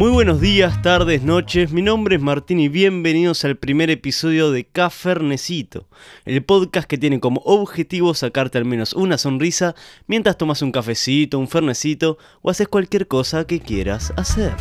Muy buenos días, tardes, noches, mi nombre es Martín y bienvenidos al primer episodio de Cafernecito, el podcast que tiene como objetivo sacarte al menos una sonrisa mientras tomas un cafecito, un fernecito o haces cualquier cosa que quieras hacer.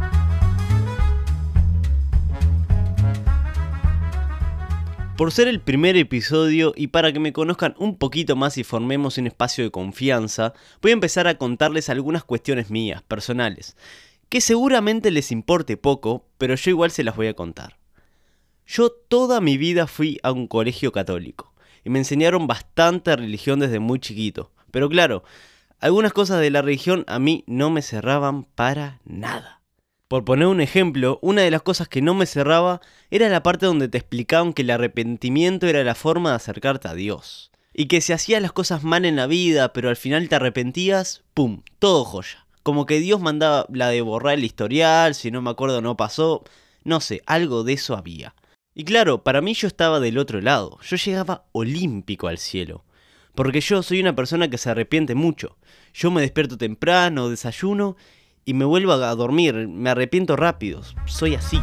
Por ser el primer episodio y para que me conozcan un poquito más y formemos un espacio de confianza, voy a empezar a contarles algunas cuestiones mías, personales, que seguramente les importe poco, pero yo igual se las voy a contar. Yo toda mi vida fui a un colegio católico y me enseñaron bastante religión desde muy chiquito, pero claro, algunas cosas de la religión a mí no me cerraban para nada. Por poner un ejemplo, una de las cosas que no me cerraba era la parte donde te explicaban que el arrepentimiento era la forma de acercarte a Dios. Y que si hacías las cosas mal en la vida, pero al final te arrepentías, ¡pum!, todo joya. Como que Dios mandaba la de borrar el historial, si no me acuerdo no pasó, no sé, algo de eso había. Y claro, para mí yo estaba del otro lado, yo llegaba olímpico al cielo. Porque yo soy una persona que se arrepiente mucho. Yo me despierto temprano, desayuno y me vuelvo a dormir, me arrepiento rápido, soy así.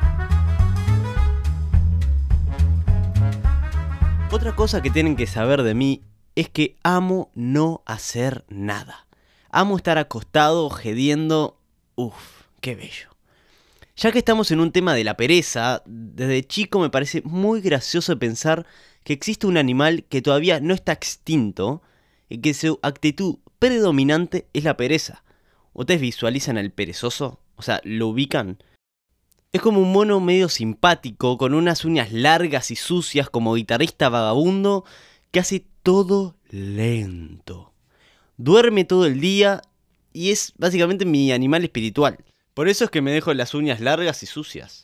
Otra cosa que tienen que saber de mí es que amo no hacer nada. Amo estar acostado, gediendo. Qué bello. Ya que estamos en un tema de la pereza, desde chico me parece muy gracioso pensar que existe un animal que todavía no está extinto y que su actitud predominante es la pereza. ¿Ustedes visualizan al perezoso? O sea, ¿lo ubican? Es como un mono medio simpático, con unas uñas largas y sucias como guitarrista vagabundo, que hace todo lento. Duerme todo el día y es básicamente mi animal espiritual. Por eso es que me dejo las uñas largas y sucias.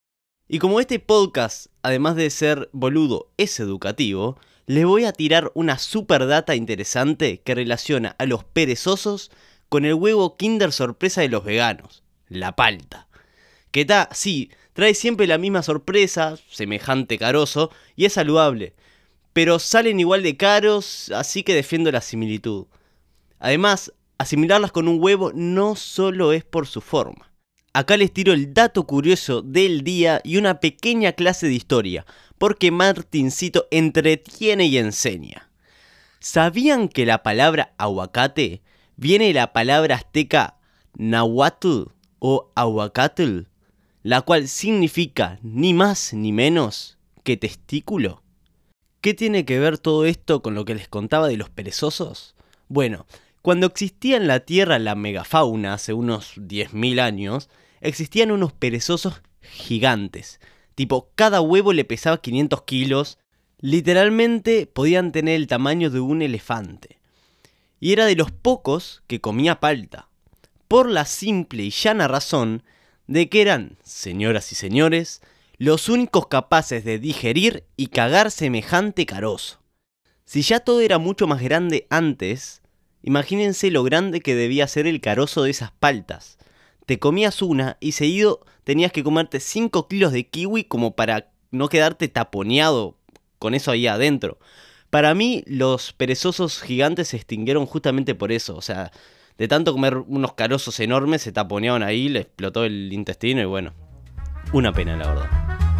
Y como este podcast, además de ser boludo, es educativo, les voy a tirar una super data interesante que relaciona a los perezosos con el huevo Kinder sorpresa de los veganos, la palta. Que sí, trae siempre la misma sorpresa, semejante carozo, y es saludable. Pero salen igual de caros, así que defiendo la similitud. Además, asimilarlas con un huevo no solo es por su forma. Acá les tiro el dato curioso del día y una pequeña clase de historia, porque Martincito entretiene y enseña. ¿Sabían que la palabra aguacate viene de la palabra azteca nahuatl o aguacatl, la cual significa ni más ni menos que testículo? ¿Qué tiene que ver todo esto con lo que les contaba de los perezosos? Bueno, cuando existía en la Tierra la megafauna hace unos 10.000 años, existían unos perezosos gigantes. Tipo, cada huevo le pesaba 500 kilos. Literalmente podían tener el tamaño de un elefante. Y era de los pocos que comía palta. Por la simple y llana razón de que eran, señoras y señores, los únicos capaces de digerir y cagar semejante carozo. Si ya todo era mucho más grande antes, imagínense lo grande que debía ser el carozo de esas paltas. Te comías una y seguido tenías que comerte 5 kilos de kiwi como para no quedarte taponeado con eso ahí adentro. Para mí los perezosos gigantes se extinguieron justamente por eso. O sea, de tanto comer unos carozos enormes se taponeaban ahí, le explotó el intestino y bueno, una pena la verdad.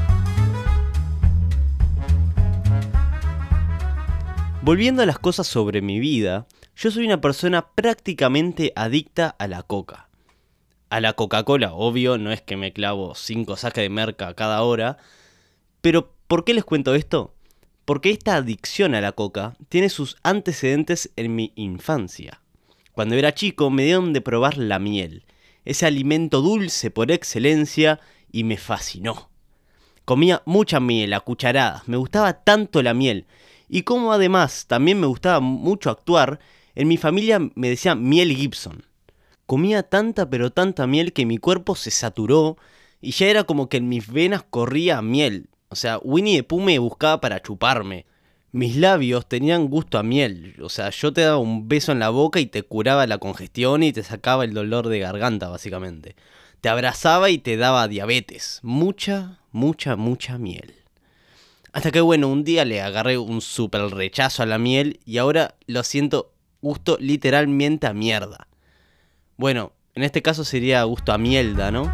Volviendo a las cosas sobre mi vida, yo soy una persona prácticamente adicta a la coca. A la Coca-Cola, obvio, no es que me clavo 5 saques de merca cada hora. Pero, ¿por qué les cuento esto? Porque esta adicción a la coca tiene sus antecedentes en mi infancia. Cuando era chico me dieron de probar la miel, ese alimento dulce por excelencia, y me fascinó. Comía mucha miel a cucharadas, me gustaba tanto la miel. Y como además también me gustaba mucho actuar, en mi familia me decían Miel Gibson. Comía tanta pero tanta miel que mi cuerpo se saturó y ya era como que en mis venas corría miel. O sea, Winnie the Pooh me buscaba para chuparme. Mis labios tenían gusto a miel. O sea, yo te daba un beso en la boca y te curaba la congestión y te sacaba el dolor de garganta, básicamente. Te abrazaba y te daba diabetes. Mucha miel. Hasta que bueno, un día le agarré un super rechazo a la miel y ahora lo siento gusto literalmente a mierda. Bueno, En este caso sería gusto a Mielda, ¿no?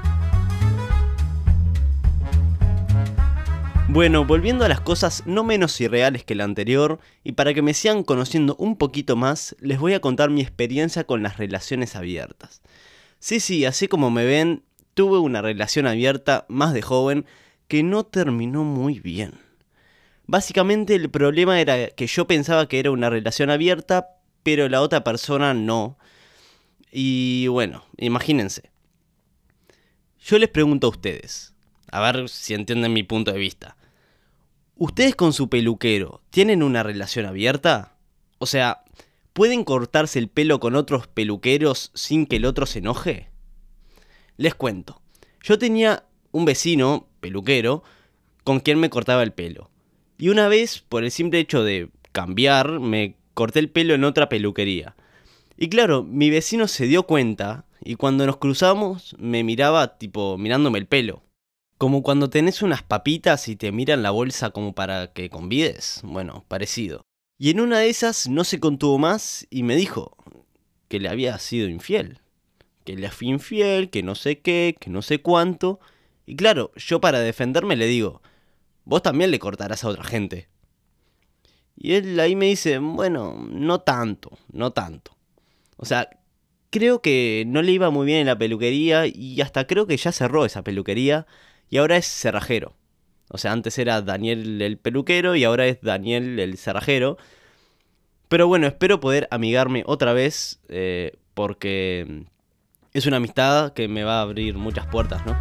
Bueno, volviendo a las cosas no menos irreales que la anterior, y para que me sigan conociendo un poquito más, les voy a contar mi experiencia con las relaciones abiertas. Sí, así como me ven, tuve una relación abierta más de joven que no terminó muy bien. Básicamente el problema era que yo pensaba que era una relación abierta, pero la otra persona no. Y bueno, imagínense. Yo les pregunto a ustedes, a ver si entienden mi punto de vista. ¿Ustedes con su peluquero tienen una relación abierta? O sea, ¿pueden cortarse el pelo con otros peluqueros sin que el otro se enoje? Les cuento. Yo tenía un vecino, peluquero, con quien me cortaba el pelo. Y una vez, por el simple hecho de cambiar, me corté el pelo en otra peluquería. Y claro, mi vecino se dio cuenta y cuando nos cruzamos me miraba tipo mirándome el pelo. Como cuando tenés unas papitas y te miran la bolsa como para que convides. Bueno, parecido. Y en una de esas no se contuvo más y me dijo que le había sido infiel. Que le fui infiel, que no sé qué, que no sé cuánto. Y claro, yo para defenderme le digo, vos también le cortarás a otra gente. Y él ahí me dice, bueno, no tanto. O sea, creo que no le iba muy bien en la peluquería y hasta creo que ya cerró esa peluquería y ahora es cerrajero. O sea, antes era Daniel el peluquero y ahora es Daniel el cerrajero. Pero bueno, espero poder amigarme otra vez porque es una amistad que me va a abrir muchas puertas, ¿no?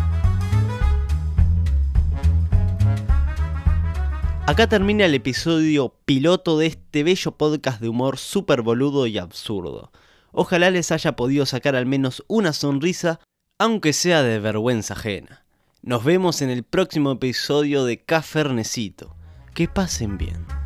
Acá termina el episodio piloto de este bello podcast de humor súper boludo y absurdo. Ojalá les haya podido sacar al menos una sonrisa, aunque sea de vergüenza ajena. Nos vemos en el próximo episodio de Cafernecito. Que pasen bien.